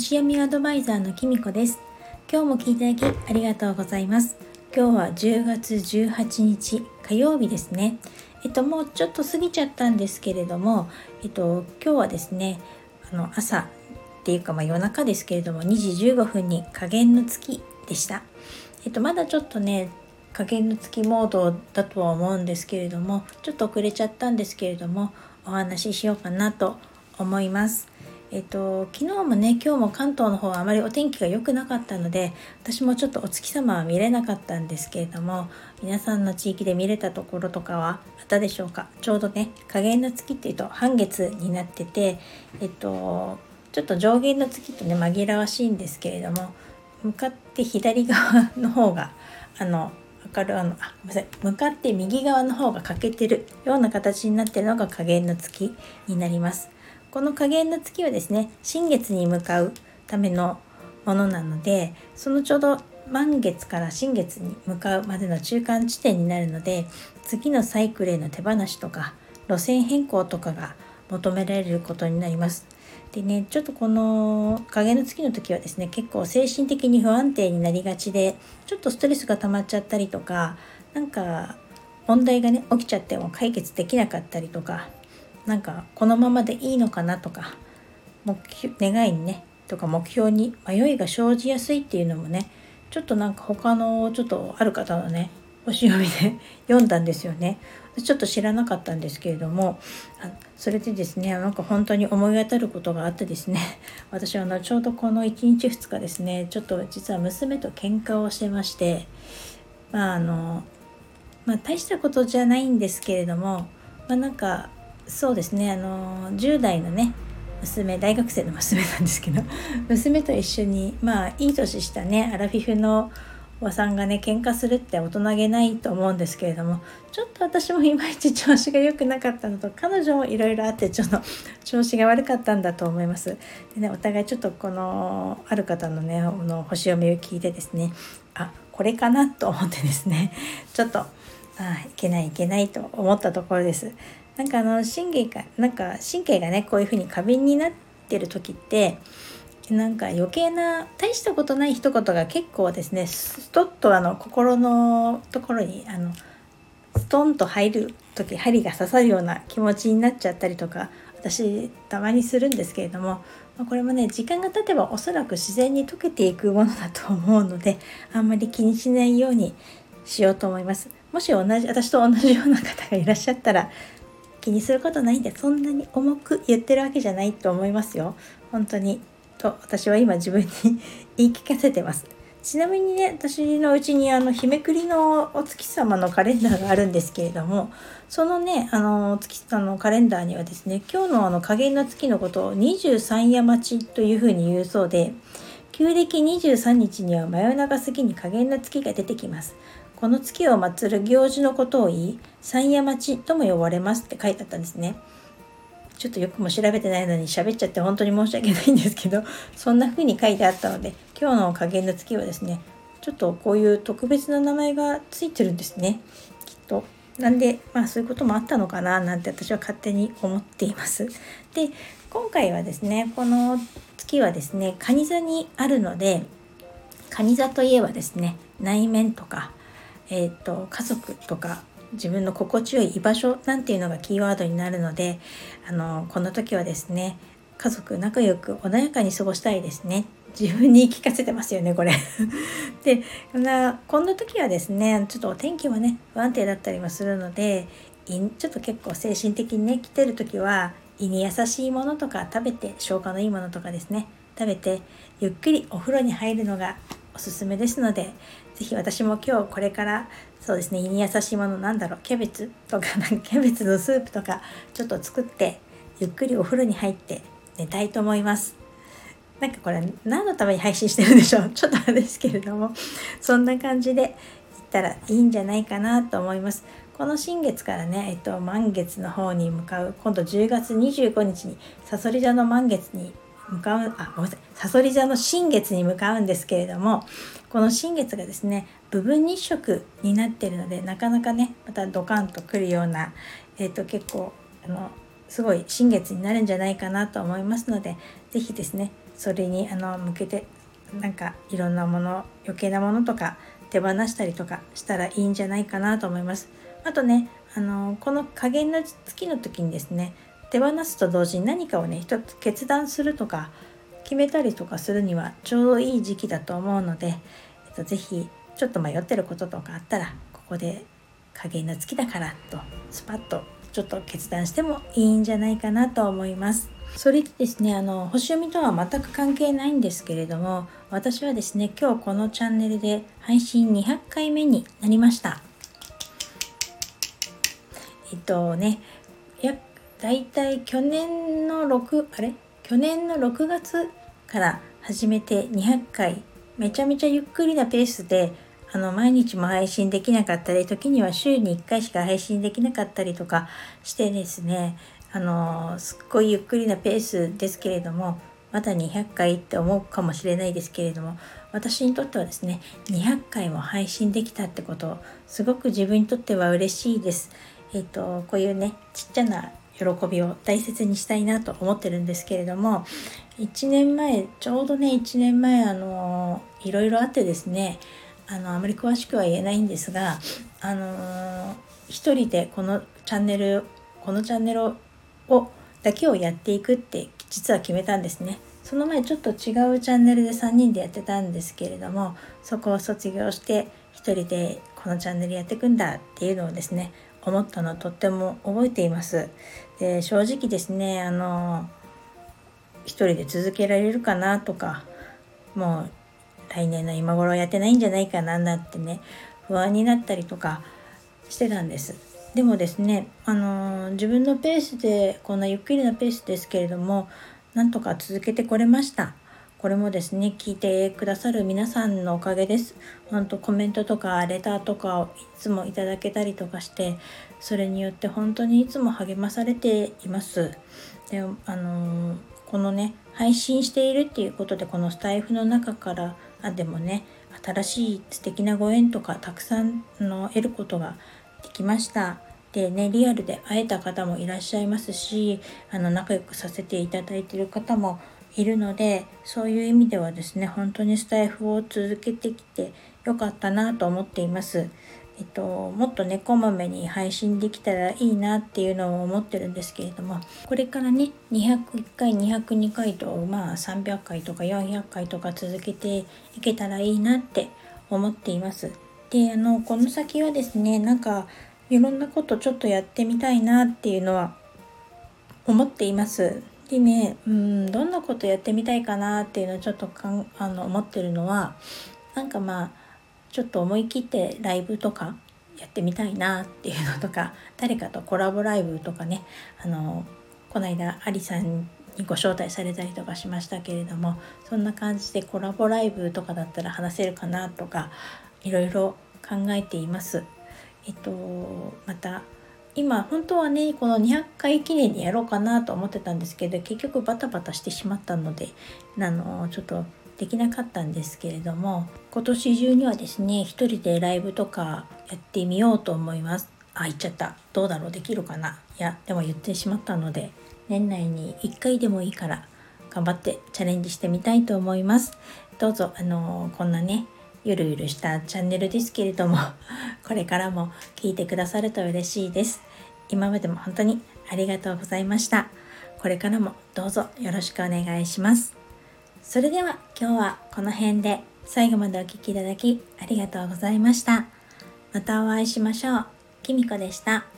星読みアドバイザーのきみこです。今日も聞いていただきありがとうございます。今日は10月18日火曜日ですね。もうちょっと過ぎちゃったんですけれども、今日はですね、朝っていうか夜中ですけれども2時15分に下弦の月でした。まだちょっとね下弦の月モードだとは思うんですけれども、ちょっと遅れちゃったんですけれどもお話ししようかなと思います。昨日もね今日も関東の方はあまりお天気が良くなかったので、私もちょっとお月様は見れなかったんですけれども、皆さんの地域で見れたところとかはあったでしょうか。ちょうどね下弦の月っていうと半月になってて、ちょっと上弦の月とね紛らわしいんですけれども、向かって左側の方が向かって右側の方が欠けてるような形になっているのが下弦の月になります。この下弦の月はですね、新月に向かうためのものなので、そのちょうど満月から新月に向かうまでの中間地点になるので、次のサイクルへの手放しとか路線変更とかが求められることになります。でね、ちょっとこの下弦の月の時はですね、結構精神的に不安定になりがちで、ちょっとストレスが溜まっちゃったりとか、なんか問題がね起きちゃっても解決できなかったりとか、なんかこのままでいいのかなとか、願いにねとか目標に迷いが生じやすいっていうのもね、ちょっとなんか他のちょっとある方のね星読みで読んだんですよね。ちょっと知らなかったんですけれども、それでですね、なんか本当に思い当たることがあってですね、私はちょうどこの1日2日ですね、ちょっと実は娘と喧嘩をしてまして、大したことじゃないんですけれども、なんかそうですね、10代のね娘、大学生の娘なんですけど娘と一緒にいい年したねアラフィフのおばさんがね喧嘩するって大人げないと思うんですけれども、ちょっと私もいまいち調子が良くなかったのと、彼女もいろいろあってちょっと調子が悪かったんだと思います。でね、お互いちょっとこのある方のね星読みを聞いてですね、これかなと思ってですね、ちょっといけないと思ったところです。なんか神経がねこういう風に過敏になってる時って、なんか余計な大したことない一言が結構ですね、ストッと心のところにストンと入る時、針が刺さるような気持ちになっちゃったりとか、私たまにするんですけれども、これもね時間が経てばおそらく自然に溶けていくものだと思うので、あんまり気にしないようにしようと思います。もし私と同じような方がいらっしゃったら、気にすることないんで、そんなに重く言ってるわけじゃないと思いますよ、本当にと私は今自分に言い聞かせてます。ちなみにね、私のうちに日めくりのお月様のカレンダーがあるんですけれども、そのね月カレンダーにはですね、今日の下弦の月のことを23夜待ちというふうに言うそうで、旧暦23日には真夜中過ぎに下弦の月が出てきます。この月を祀る行事のことを言い、三夜待ちとも呼ばれますって書いてあったんですね。ちょっとよくも調べてないのに喋っちゃって本当に申し訳ないんですけど、そんな風に書いてあったので、今日の下弦の月はですね、ちょっとこういう特別な名前がついてるんですね、きっと。なんでそういうこともあったのかななんて私は勝手に思っています。で、今回はですね、この月はですね蟹座にあるので、蟹座といえばですね、内面とか家族とか自分の心地よい居場所なんていうのがキーワードになるので、この時はですね、家族仲良く穏やかに過ごしたいですね。自分に言い聞かせてますよねこれでこんな時はですね、ちょっとお天気もね不安定だったりもするので、ちょっと結構精神的にね来てる時は胃に優しいものとか食べて、消化のいいものとかですね食べて、ゆっくりお風呂に入るのがおすすめですので、ぜひ私も今日これからそうですね、胃に優しいものキャベツとかキャベツのスープとかちょっと作ってゆっくりお風呂に入って寝たいと思います。なんかこれ何のために配信してるんでしょう、ちょっとあれですけれども、そんな感じでいったらいいんじゃないかなと思います。この新月からね、満月の方に向かう、今度10月25日にさそり座の満月に向かう、さそり座の新月に向かうんですけれども、この新月がですね部分日食になっているので、なかなかねまたドカンとくるような、結構すごい新月になるんじゃないかなと思いますので、ぜひですねそれに向けてなんかいろんなもの、余計なものとか手放したりとかしたらいいんじゃないかなと思います。あとね、この加減の月の時にですね、手放すと同時に何かをね一つ決断するとか決めたりとかするにはちょうどいい時期だと思うので、ぜひちょっと迷ってることとかあったら、ここで加減の月だからとスパッとちょっと決断してもいいんじゃないかなと思います。それでですね、星読みとは全く関係ないんですけれども、私はですね、今日このチャンネルで配信200回目になりました。だいたい去年の6月から始めて200回、めちゃめちゃゆっくりなペースで毎日も配信できなかったり、時には週に1回しか配信できなかったりとかしてですね、すっごいゆっくりなペースですけれども、まだ200回って思うかもしれないですけれども、私にとってはですね、200回も配信できたってこと、すごく自分にとっては嬉しいです。こういうね、ちっちゃな喜びを大切にしたいなと思ってるんですけれども、ちょうどね1年前いろいろあってですね、あまり詳しくは言えないんですが、一人でこのチャンネルだけをやっていくって実は決めたんですね。その前ちょっと違うチャンネルで3人でやってたんですけれども、そこを卒業して一人でこのチャンネルやっていくんだっていうのをですね思ったのをとっても覚えています。で、正直ですね、一人で続けられるかなとか、もう来年の今頃やってないんじゃないかななんてね、不安になったりとかしてたんです。でもですね、自分のペースで、こんなゆっくりなペースですけれども、なんとか続けてこれました。これもですね、聞いてくださる皆さんのおかげです。本当コメントとかレターとかをいつもいただけたりとかして、それによって本当にいつも励まされています。で、このね、配信しているっていうことで、このスタイフの中からでもね、新しい素敵なご縁とかたくさん得ることができました。でね、リアルで会えた方もいらっしゃいますし、仲良くさせていただいている方もいるので、そういう意味ではですね、本当にスタイフを続けてきてよかったなと思っています。もっとね、こまめに配信できたらいいなっていうのを思ってるんですけれども、これからね、201回、202回と、300回とか400回とか続けていけたらいいなって思っています。で、この先はですね、なんかいろんなことちょっとやってみたいなっていうのは思っています。でね、どんなことやってみたいかなっていうのをちょっと思ってるのは、なんかちょっと思い切ってライブとかやってみたいなっていうのとか、誰かとコラボライブとかね、この間アリさんにご招待されたりとかしましたけれども、そんな感じでコラボライブとかだったら話せるかなとか、いろいろ考えています。また今本当はね、この200回記念にやろうかなと思ってたんですけど、結局バタバタしてしまったのでちょっとできなかったんですけれども、今年中にはですね、一人でライブとかやってみようと思います。言っちゃった。どうだろう、できるかな。いや、でも言ってしまったので、年内に1回でもいいから頑張ってチャレンジしてみたいと思います。どうぞこんなね、ゆるゆるしたチャンネルですけれどもこれからも聞いてくださると嬉しいです。今までも本当にありがとうございました。これからもどうぞよろしくお願いします。それでは今日はこの辺で、最後までお聞きいただきありがとうございました。またお会いしましょう。きみこでした。